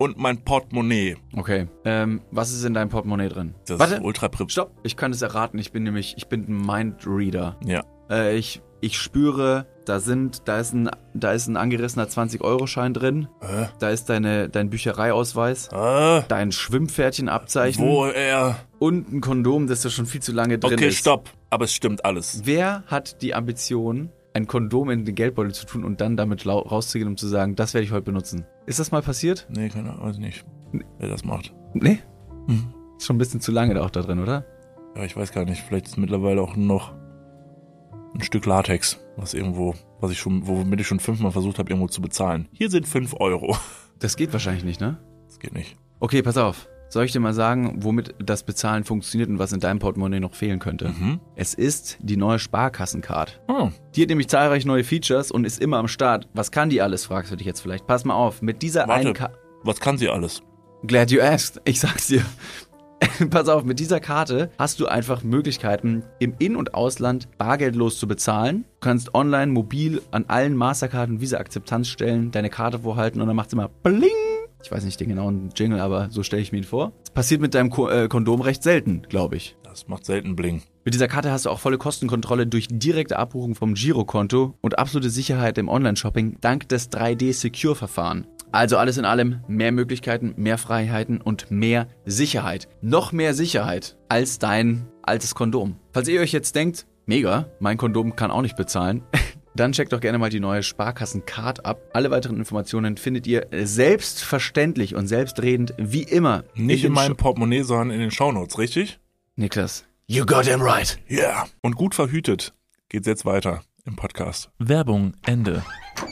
und mein Portemonnaie. Okay. Ähm, was ist in deinem Portemonnaie drin? Das Warte. ist ultra prip. Stopp. Ich kann es erraten. Ich bin nämlich, ich bin ein Mindreader. Ja. Äh, ich, ich spüre, da sind, da ist ein, da ist ein angerissener zwanzig-Euro-Schein drin. Äh? Da ist deine, dein Büchereiausweis. Äh? Dein Schwimmpferdchenabzeichen. Wo er? Und ein Kondom, das da schon viel zu lange drin Okay, ist. stopp. Aber es stimmt alles. Wer hat die Ambition, ein Kondom in den Geldbeutel zu tun und dann damit lau- rauszugehen, um zu sagen, das werde ich heute benutzen? Ist das mal passiert? Nee, keine Ahnung, weiß nicht, wer das macht. Nee? Hm. Ist schon ein bisschen zu lange da auch da drin, oder? Ja, ich weiß gar nicht. Vielleicht ist mittlerweile auch noch ein Stück Latex, was irgendwo, was ich schon, womit ich schon fünfmal versucht habe, irgendwo zu bezahlen. Hier sind fünf Euro. Das geht wahrscheinlich nicht, ne? Das geht nicht. Okay, pass auf. Soll ich dir mal sagen, womit das Bezahlen funktioniert und was in deinem Portemonnaie noch fehlen könnte? Mhm. Es ist die neue Sparkassencard. Oh. Die hat nämlich zahlreiche neue Features und ist immer am Start. Was kann die alles, fragst du dich jetzt vielleicht. Pass mal auf, mit dieser Warte, einen Karte... was kann sie alles? Glad you asked. Ich sag's dir. Pass auf, mit dieser Karte hast du einfach Möglichkeiten, im In- und Ausland bargeldlos zu bezahlen. Du kannst online, mobil an allen Mastercard- und Visa-Akzeptanzstellen deine Karte vorhalten und dann macht's immer Bling. Ich weiß nicht den genauen Jingle, aber so stelle ich mir ihn vor. Das passiert mit deinem Ko- äh, Kondom recht selten, glaube ich. Das macht selten Bling. Mit dieser Karte hast du auch volle Kostenkontrolle durch direkte Abbuchung vom Girokonto und absolute Sicherheit im Online-Shopping dank des drei D-Secure-Verfahren. Also alles in allem mehr Möglichkeiten, mehr Freiheiten und mehr Sicherheit. Noch mehr Sicherheit als dein altes Kondom. Falls ihr euch jetzt denkt, mega, mein Kondom kann auch nicht bezahlen, dann checkt doch gerne mal die neue Sparkassen-Card ab. Alle weiteren Informationen findet ihr selbstverständlich und selbstredend wie immer. Nicht in, den meinem Sh- Portemonnaie, sondern in den Shownotes, richtig? Niklas, you got him right. Ja. Yeah. Und gut verhütet geht's jetzt weiter im Podcast. Werbung, Ende.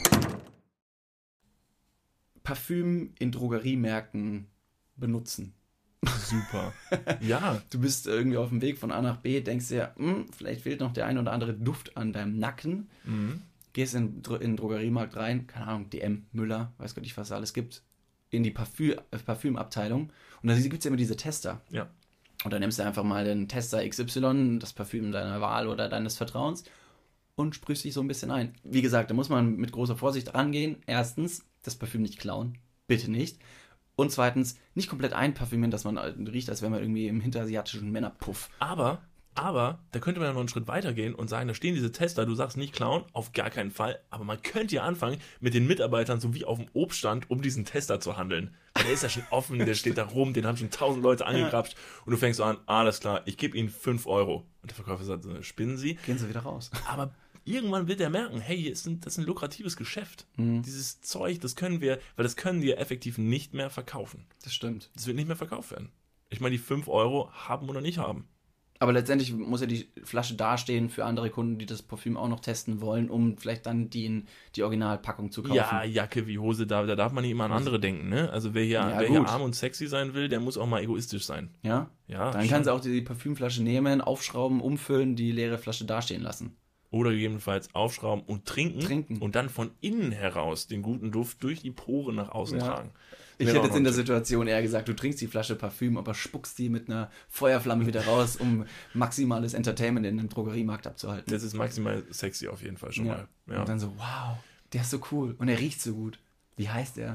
Parfüm in Drogeriemärkten benutzen. Super. Ja. Du bist irgendwie auf dem Weg von A nach B, denkst dir, hm, vielleicht fehlt noch der ein oder andere Duft an deinem Nacken. Mhm. Gehst in, in den Drogeriemarkt rein, keine Ahnung, D M, Müller, weiß Gott nicht, was da alles gibt, in die Parfüm, äh, Parfümabteilung. Und da gibt es ja immer diese Tester. Ja. Und dann nimmst du einfach mal den Tester X Y, das Parfüm deiner Wahl oder deines Vertrauens und sprühst dich so ein bisschen ein. Wie gesagt, da muss man mit großer Vorsicht rangehen. Erstens, das Parfüm nicht klauen. Bitte nicht. Und zweitens, nicht komplett einparfümieren, dass man riecht, als wäre man irgendwie im hinterasiatischen Männerpuff. Aber, aber, da könnte man ja noch einen Schritt weiter gehen und sagen, da stehen diese Tester, du sagst nicht klauen, auf gar keinen Fall, aber man könnte ja anfangen, mit den Mitarbeitern so wie auf dem Obststand, um diesen Tester zu handeln. Weil der ist ja schon offen, der steht da rum, den haben schon tausend Leute angegrapscht und du fängst so an, alles klar, ich gebe ihnen fünf Euro. Und der Verkäufer sagt, so, spinnen Sie? Gehen sie wieder raus. Aber irgendwann wird er merken, hey, hier ist ein, das ist ein lukratives Geschäft. Mhm. Dieses Zeug, das können wir, weil das können wir effektiv nicht mehr verkaufen. Das stimmt. Das wird nicht mehr verkauft werden. Ich meine, die fünf Euro haben oder nicht haben. Aber letztendlich muss ja die Flasche dastehen für andere Kunden, die das Parfüm auch noch testen wollen, um vielleicht dann die, die Originalpackung zu kaufen. Ja, Jacke wie Hose, da, da darf man nicht immer an andere denken, ne? Also wer hier, Ja, wer hier gut. arm und sexy sein will, der muss auch mal egoistisch sein. Ja? Ja, Dann schon. kannst du auch die Parfümflasche nehmen, aufschrauben, umfüllen, die leere Flasche dastehen lassen. Oder gegebenenfalls aufschrauben und trinken, Trinken. und dann von innen heraus den guten Duft durch die Poren nach außen Ja. tragen. Ich Wäre hätte auch jetzt noch in der ein Tipp. Situation eher gesagt, du trinkst die Flasche Parfüm, aber spuckst die mit einer Feuerflamme wieder raus, um maximales Entertainment in einem Drogeriemarkt abzuhalten. Das ist maximal sexy auf jeden Fall schon Ja. mal. Ja. Und dann so, wow, der ist so cool und er riecht so gut. Wie heißt er?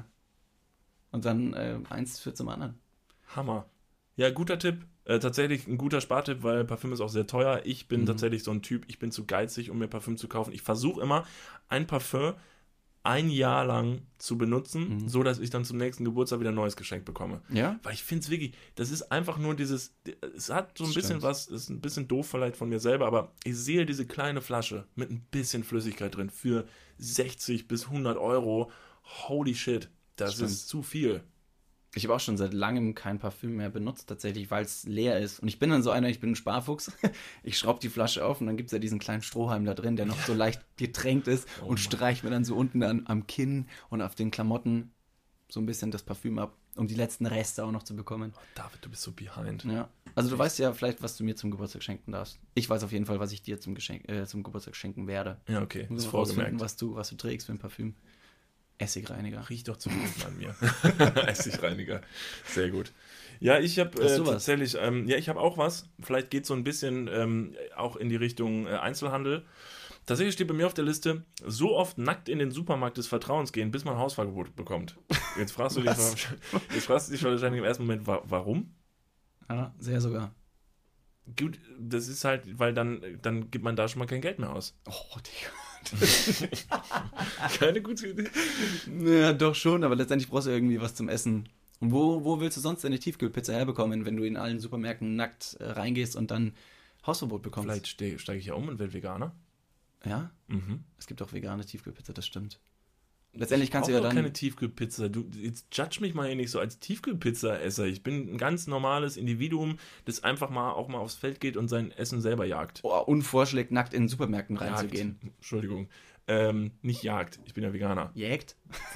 Und dann äh, eins führt zum anderen. Hammer. Ja, guter Tipp. Äh, tatsächlich ein guter Spartipp, weil Parfüm ist auch sehr teuer. Ich bin Mhm. tatsächlich so ein Typ, ich bin zu geizig, um mir Parfüm zu kaufen. Ich versuche immer, ein Parfüm ein Jahr lang zu benutzen, Mhm. so dass ich dann zum nächsten Geburtstag wieder ein neues Geschenk bekomme. Ja? Weil ich finde es wirklich, das ist einfach nur dieses, es hat so ein Das bisschen stimmt. was, ist ein bisschen doof vielleicht von mir selber, aber ich sehe diese kleine Flasche mit ein bisschen Flüssigkeit drin für sechzig bis hundert Euro. Holy shit, das Stimmt. ist zu viel. Ich habe auch schon seit langem kein Parfüm mehr benutzt, tatsächlich, weil es leer ist. Und ich bin dann so einer, ich bin ein Sparfuchs. Ich schraube die Flasche auf und dann gibt es ja diesen kleinen Strohhalm da drin, der noch so leicht getränkt ist Oh und Mann. streicht mir dann so unten an, am Kinn und auf den Klamotten so ein bisschen das Parfüm ab, um die letzten Reste auch noch zu bekommen. David, du bist so behind. Ja. Also du weißt ja vielleicht, was du mir zum Geburtstag schenken darfst. Ich weiß auf jeden Fall, was ich dir zum, Geschenk, äh, zum Geburtstag schenken werde. Ja, okay, Ich muss ist noch rausfinden, vorgemerkt. was du, was du trägst für ein Parfüm. Essigreiniger. Riecht doch zu gut an mir. Essigreiniger. Sehr gut. Ja, ich habe Hast äh, du was? tatsächlich, ähm, ja, ich habe auch was. Vielleicht geht so ein bisschen ähm, auch in die Richtung äh, Einzelhandel. Tatsächlich steht bei mir auf der Liste, so oft nackt in den Supermarkt des Vertrauens gehen, bis man Hausverbot bekommt. Jetzt fragst du dich, jetzt fragst du dich wahrscheinlich im ersten Moment, wa- warum? Ja, sehr sogar. Gut, das ist halt, weil dann, dann gibt man da schon mal kein Geld mehr aus. Oh, Digga. Keine gute Idee. Ja, doch schon, aber letztendlich brauchst du irgendwie was zum Essen. Und wo, wo willst du sonst deine Tiefkühlpizza herbekommen, wenn du in allen Supermärkten nackt äh, reingehst und dann Hausverbot bekommst? Vielleicht ste- steige ich ja um und werde Veganer. Ja? Mhm. Es gibt auch vegane Tiefkühlpizza, das stimmt. Letztendlich kannst du ja auch dann... keine Tiefkühlpizza. Du, jetzt judge mich mal hier nicht so als Tiefkühlpizza-Esser. Ich bin ein ganz normales Individuum, das einfach mal auch mal aufs Feld geht und sein Essen selber jagt. Oh, und vorschlägt, nackt in Supermärkten reinzugehen. Jagd. Entschuldigung. Ähm, nicht jagt. Ich bin ja Veganer. Jägt?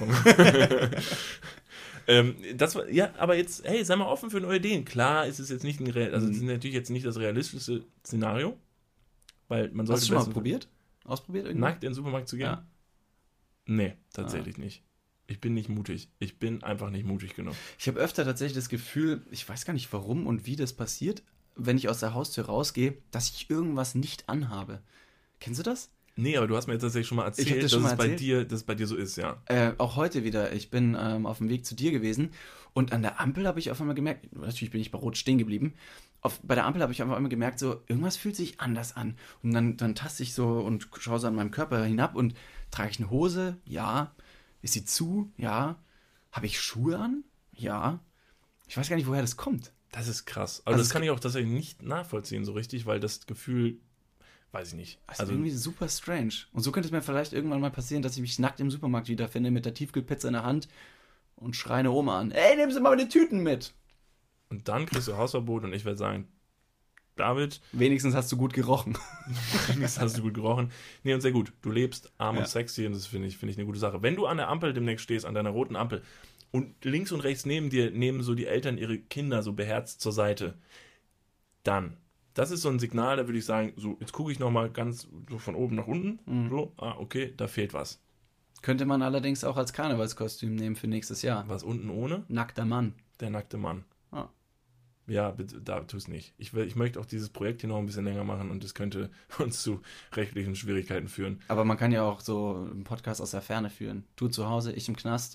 ähm, das war, ja, aber jetzt, hey, sei mal offen für neue Ideen. Klar ist es jetzt nicht ein, Real, also es ist natürlich jetzt nicht das realistische Szenario, weil man sollte Hast du schon mal besser- probiert? Ausprobiert irgendwie? nackt in den Supermarkt zu gehen? Ja. Nee, tatsächlich nicht. Ich bin nicht mutig. Ich bin einfach nicht mutig genug. Ich habe öfter tatsächlich das Gefühl, ich weiß gar nicht warum und wie das passiert, wenn ich aus der Haustür rausgehe, dass ich irgendwas nicht anhabe. Kennst du das? Nee, aber du hast mir jetzt tatsächlich schon mal Ich hab erzählt, das dass schon mal es bei erzählt. dir, dass es bei dir so ist, ja. Äh, auch heute wieder. Ich bin ähm, auf dem Weg zu dir gewesen und an der Ampel habe ich auf einmal gemerkt, natürlich bin ich bei Rot stehen geblieben, auf, bei der Ampel habe ich auf einmal gemerkt, so irgendwas fühlt sich anders an. Und dann, dann taste ich so und schaue so an meinem Körper hinab und trage ich eine Hose? Ja. Ist sie zu? Ja. Habe ich Schuhe an? Ja. Ich weiß gar nicht, woher das kommt. Das ist krass. Aber Also das es kann ich auch tatsächlich nicht nachvollziehen so richtig, weil das Gefühl, weiß ich nicht. Das ist Also irgendwie super strange. Und so könnte es mir vielleicht irgendwann mal passieren, dass ich mich nackt im Supermarkt wiederfinde mit der Tiefkühlpizza in der Hand und schreie eine Oma an. Ey, nehmen Sie mal meine Tüten mit. und dann kriegst du Hausverbot und ich werde sagen, David, Wenigstens hast du gut gerochen. das hast du gut gerochen. Nee, und sehr gut. Du lebst arm Ja. und sexy und das finde ich, finde ich eine gute Sache. Wenn du an der Ampel demnächst stehst, an deiner roten Ampel und links und rechts neben dir nehmen so die Eltern ihre Kinder so beherzt zur Seite, dann, das ist so ein Signal, da würde ich sagen, so, jetzt gucke ich nochmal ganz so von oben nach unten, Mhm. so, ah, okay, da fehlt was. Könnte man allerdings auch als Karnevalskostüm nehmen für nächstes Jahr. Was unten ohne? Nackter Mann. Der nackte Mann. Ah. Ja, bitte, da tu es nicht. Ich, will, ich möchte auch dieses Projekt hier noch ein bisschen länger machen und das könnte uns zu rechtlichen Schwierigkeiten führen. Aber man kann ja auch so einen Podcast aus der Ferne führen. Du zu Hause, ich im Knast.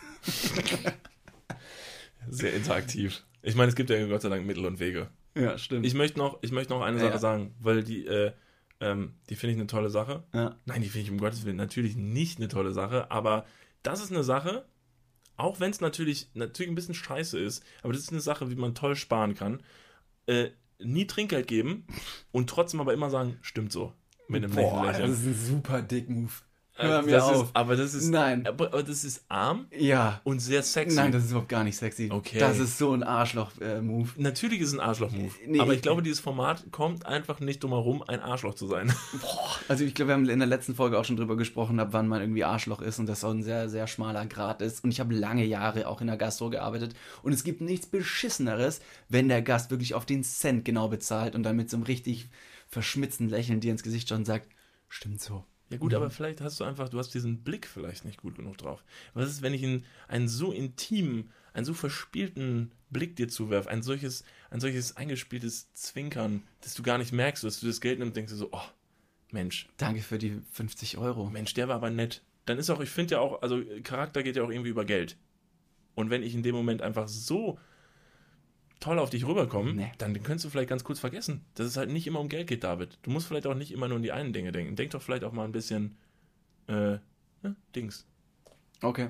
Sehr interaktiv. Ich meine, es gibt ja Gott sei Dank Mittel und Wege. Ja, stimmt. Ich möchte noch, ich möchte noch eine Ja, Sache ja. sagen, weil die, äh, ähm, die finde ich eine tolle Sache. ja. Nein, die finde ich um Gottes Willen natürlich nicht eine tolle Sache, aber das ist eine Sache, auch wenn es natürlich, natürlich ein bisschen scheiße ist, aber das ist eine Sache, wie man toll sparen kann. Äh, nie Trinkgeld geben und trotzdem aber immer sagen, stimmt so. Mit einem Boah, Lächeln. das ist ein super Dick-Move. Äh, Hör mir das auf. Ist, aber das ist, Nein. Aber, aber das ist arm Ja. und sehr sexy. Nein, das ist überhaupt gar nicht sexy. Okay. Das ist so ein Arschloch-Move. Natürlich ist es ein Arschloch-Move. Nee, aber ich ich- glaube, dieses Format kommt einfach nicht drum herum, ein Arschloch zu sein. Also ich glaube, wir haben in der letzten Folge auch schon drüber gesprochen, ab wann man irgendwie Arschloch ist und das so ein sehr, sehr schmaler Grad ist. Und ich habe lange Jahre auch in der Gastro gearbeitet und es gibt nichts Beschisseneres, wenn der Gast wirklich auf den Cent genau bezahlt und dann mit so einem richtig verschmitzten Lächeln dir ins Gesicht schaut und sagt, stimmt so. Ja gut, aber vielleicht hast du einfach, du hast diesen Blick vielleicht nicht gut genug drauf. Was ist, wenn ich einen, einen so intimen, einen so verspielten Blick dir zuwerfe, ein solches, ein solches eingespieltes Zwinkern, dass du gar nicht merkst, dass du das Geld nimmst und denkst dir so, oh, Mensch, Danke für die fünfzig Euro. Mensch, der war aber nett. Dann ist auch, ich finde ja auch, also Charakter geht ja auch irgendwie über Geld. Und wenn ich in dem Moment einfach so toll auf dich rüberkomme, Nee. dann könntest du vielleicht ganz kurz vergessen, dass es halt nicht immer um Geld geht, David. Du musst vielleicht auch nicht immer nur an die einen Dinge denken. Denk doch vielleicht auch mal ein bisschen, äh, ne, Dings. Okay.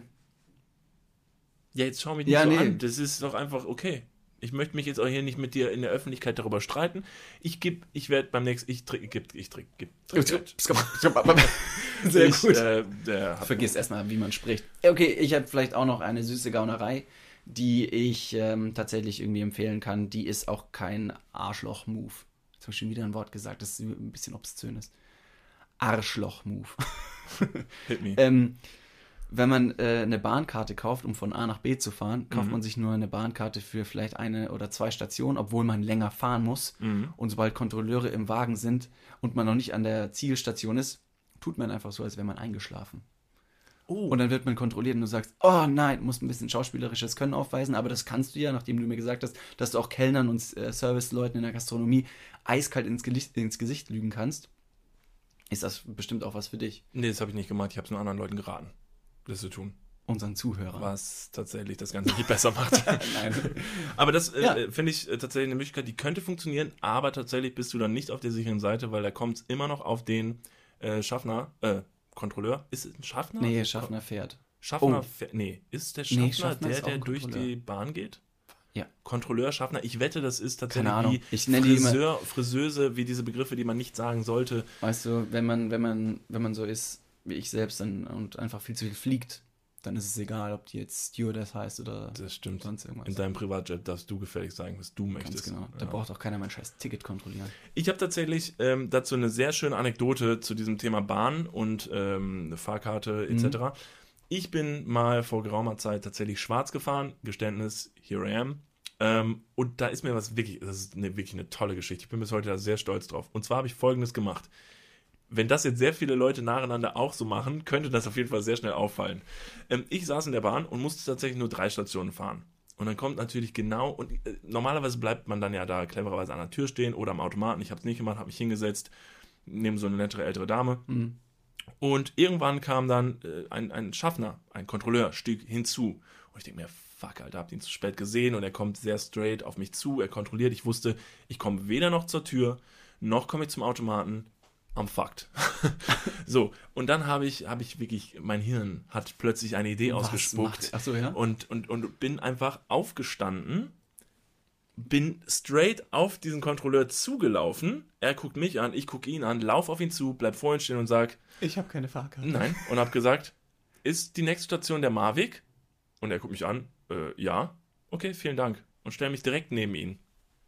Ja, jetzt schau mich nicht Ja, so nee. an. Das ist doch einfach okay. Ich möchte mich jetzt auch hier nicht mit dir in der Öffentlichkeit darüber streiten. Ich geb, ich werde beim nächsten, ich trick, gib, ich trick, gib, Trinkgeld. Sehr Ich, gut. Äh, der hat Vergiss erstmal, wie man spricht. Okay, ich habe vielleicht auch noch eine süße Gaunerei, die ich ähm, tatsächlich irgendwie empfehlen kann. Die ist auch kein Arschloch-Move. Jetzt habe ich schon wieder ein Wort gesagt, das ein bisschen obszön ist. Arschloch-Move. Hit me. ähm, wenn man äh, eine Bahnkarte kauft, um von A nach B zu fahren, kauft Mhm. man sich nur eine Bahnkarte für vielleicht eine oder zwei Stationen, obwohl man länger fahren muss. Mhm. Und sobald Kontrolleure im Wagen sind und man noch nicht an der Zielstation ist, tut man einfach so, als wäre man eingeschlafen. Oh, Und dann wird man kontrolliert und du sagst, oh nein, musst ein bisschen schauspielerisches Können aufweisen, aber das kannst du ja, nachdem du mir gesagt hast, dass du auch Kellnern und äh, Serviceleuten in der Gastronomie eiskalt ins, Gelicht, ins Gesicht lügen kannst. ist das bestimmt auch was für dich. Nee, das habe ich nicht gemacht. Ich habe es nur anderen Leuten geraten, das zu tun. Unseren Zuhörern. Was tatsächlich das Ganze nicht besser macht. Nein. Aber das äh, Ja. finde ich äh, tatsächlich eine Möglichkeit, die könnte funktionieren, aber tatsächlich bist du dann nicht auf der sicheren Seite, weil da kommt es immer noch auf den äh, Schaffner, äh, Kontrolleur. Ist es ein Schaffner? Nee, Schaffner fährt. Schaffner, Oh. fährt- nee, ist der Nee, Schaffner Schaffner der, ist auch der ein durch Kontrolleur. die Bahn geht? Ja. Kontrolleur, Schaffner, ich wette, das ist tatsächlich Keine Ahnung. wie Ich nenne die immer- Friseur, Friseuse, wie diese Begriffe, die man nicht sagen sollte. Weißt du, wenn man, wenn man, wenn man so ist, wie ich selbst dann und einfach viel zu viel fliegt, dann ist es egal, ob die jetzt Stewardess heißt oder Das stimmt. sonst irgendwas. In deinem Privatjet darfst du gefälligst sagen, was du möchtest. Ganz genau. Da Ja. braucht auch keiner mein scheiß Ticket kontrollieren. Ich habe tatsächlich ähm, dazu eine sehr schöne Anekdote zu diesem Thema Bahn und ähm, Fahrkarte et cetera. Mhm. Ich bin mal vor geraumer Zeit tatsächlich schwarz gefahren, Geständnis, here I am. Ähm, und da ist mir was wirklich, das ist eine, wirklich eine tolle Geschichte. Ich bin bis heute da sehr stolz drauf. Und zwar habe ich Folgendes gemacht. Wenn das jetzt sehr viele Leute nacheinander auch so machen, könnte das auf jeden Fall sehr schnell auffallen. Ähm, ich saß in der Bahn und musste tatsächlich nur drei Stationen fahren. Und dann kommt natürlich genau, und äh, normalerweise bleibt man dann ja da clevererweise an der Tür stehen oder am Automaten. Ich habe es nicht gemacht, habe mich hingesetzt, neben so eine nettere ältere Dame. Mhm. Und irgendwann kam dann äh, ein, ein Schaffner, ein Kontrolleur, stieg hinzu. Und ich denke mir, fuck, Alter, hab ihn zu spät gesehen und er kommt sehr straight auf mich zu, er kontrolliert. Ich wusste, ich komme weder noch zur Tür, noch komme ich zum Automaten. I'm fucked. So, und dann habe ich, habe ich wirklich, mein Hirn hat plötzlich eine Idee Was ausgespuckt. macht- Ach so, ja? Und, und, und bin einfach aufgestanden, bin straight auf diesen Kontrolleur zugelaufen. Er guckt mich an, ich gucke ihn an, lauf auf ihn zu, bleib vor ihm stehen und sag, Ich habe keine Fahrkarte. nein. Und hab gesagt, ist die nächste Station der Marweg? Und er guckt mich an, äh, ja. Okay, vielen Dank. Und stell mich direkt neben ihn.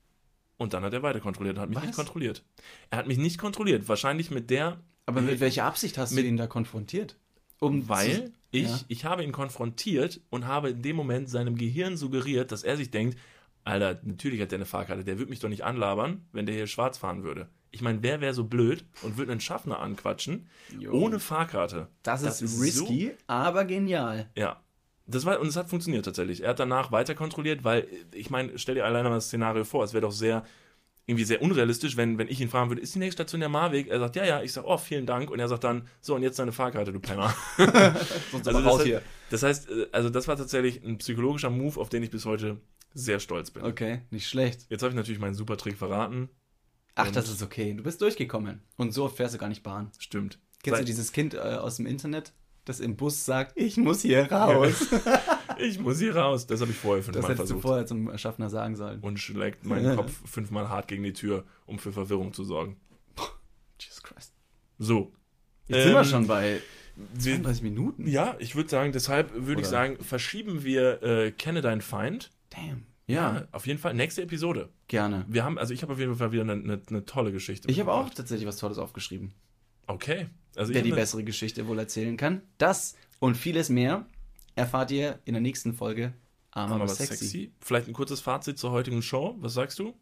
Und dann hat er weiter kontrolliert und hat mich Was? nicht kontrolliert. Er hat mich nicht kontrolliert, wahrscheinlich mit der, Aber mit welcher Absicht hast Mit- du ihn da konfrontiert? Um weil zu- ich, Ja. ich habe ihn konfrontiert und habe in dem Moment seinem Gehirn suggeriert, dass er sich denkt, Alter, natürlich hat der eine Fahrkarte, der würde mich doch nicht anlabern, wenn der hier schwarz fahren würde. Ich meine, wer wäre so blöd und würde einen Schaffner anquatschen, Jo. ohne Fahrkarte? Das, Das ist ist risky, aber genial. Ja. Das war, und es hat funktioniert tatsächlich. Er hat danach weiter kontrolliert, weil, ich meine, stell dir alleine mal das Szenario vor, es wäre doch sehr, irgendwie sehr unrealistisch, wenn, wenn ich ihn fragen würde, ist die nächste Station der Marweg? Er sagt, ja, ja. Ich sage, oh, vielen Dank. Und er sagt dann, so, und jetzt deine Fahrkarte, du Penner. Sonst Also aber das, raus heißt, hier. das heißt, äh, also das war tatsächlich ein psychologischer Move, auf den ich bis heute sehr stolz bin. Okay, nicht schlecht. Jetzt habe ich natürlich meinen super Trick verraten. Ach, Und- das ist okay. Du bist durchgekommen. Und so oft fährst du gar nicht Bahn. Stimmt. Kennst Sei- du dieses Kind äh, aus dem Internet, das im Bus sagt, ich muss hier raus? Ich muss hier raus. Das habe ich vorher Das fünfmal hättest du versucht. vorher zum Schaffner sagen sollen. Und schlägt meinen Kopf fünfmal hart gegen die Tür, um für Verwirrung zu sorgen. Jesus Christ. So. Jetzt sind wir Ähm, schon bei wir- zweiunddreißig Minuten. Ja, ich würde sagen, deshalb würde ich Oder- sagen, verschieben wir äh, Kenne deinen Feind. Damn. Ja, Ja, auf jeden Fall. Nächste Episode. gerne. Wir haben, also ich habe auf jeden Fall wieder eine, eine, eine tolle Geschichte. Ich habe auch mitgebracht. tatsächlich was Tolles aufgeschrieben. Okay. Also Wer ich die hab eine- bessere Geschichte wohl erzählen kann. Das und vieles mehr erfahrt ihr in der nächsten Folge Arm aber aber sexy. sexy. Vielleicht ein kurzes Fazit zur heutigen Show. Was sagst du?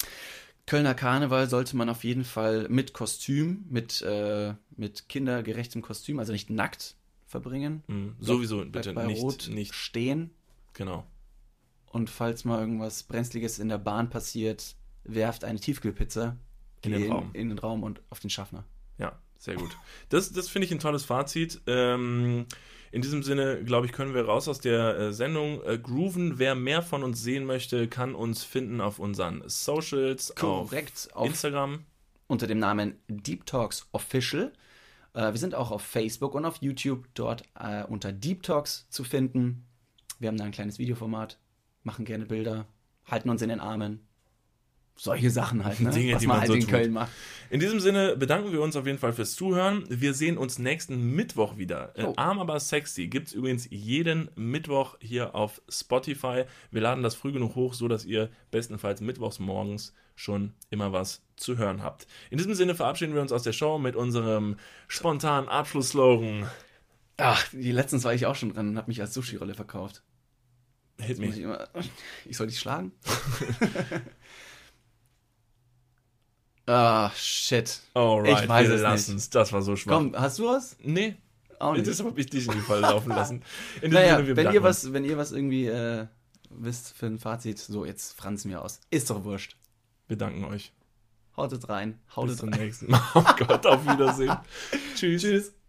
Kölner Karneval sollte man auf jeden Fall mit Kostüm, mit, äh, mit kindergerechtem Kostüm, also nicht nackt verbringen. Hm, sowieso Bleibt bitte bei nicht, Rot nicht. stehen. Genau. Und falls mal irgendwas Brenzliges in der Bahn passiert, werft eine Tiefkühlpizza In den Raum. in den Raum und auf den Schaffner. Ja, sehr gut. Das, das finde ich ein tolles Fazit. Ähm, in diesem Sinne, glaube ich, können wir raus aus der äh, Sendung äh, grooven. Wer mehr von uns sehen möchte, kann uns finden auf unseren Socials, Korrekt, auf auf- Instagram. Unter dem Namen Deep Talks Official. Äh, wir sind auch auf Facebook und auf YouTube dort äh, unter Deep Talks zu finden. Wir haben da ein kleines Videoformat, machen gerne Bilder, halten uns in den Armen. Solche Sachen halt, ne? Dinge, was die man man halt so in tut. Köln macht. In diesem Sinne bedanken wir uns auf jeden Fall fürs Zuhören. Wir sehen uns nächsten Mittwoch wieder. Äh, Oh. Arm aber sexy gibt es übrigens jeden Mittwoch hier auf Spotify. Wir laden das früh genug hoch, so dass ihr bestenfalls mittwochs morgens schon immer was zu hören habt. In diesem Sinne verabschieden wir uns aus der Show mit unserem spontanen Abschlussslogan. Ach, die letztens war ich auch schon dran und habe mich als Sushi-Rolle verkauft. Hit Muss ich, me. immer, ich soll dich schlagen? Ah, shit. Alright, Ich weiß wir es lassen's. Das war so schwach. Komm, hast du was? Nee, Auch nicht. das habe ich dich in die Falle laufen lassen. In diesem Naja, Sinne, wir wenn ihr, bedanken uns. was, wenn ihr was irgendwie äh, wisst für ein Fazit, so, jetzt franz mir aus. Ist doch wurscht. Wir danken euch. Haut rein. Haut Bis zum nächsten Mal. Oh Gott, auf Wiedersehen. Tschüss. Tschüss.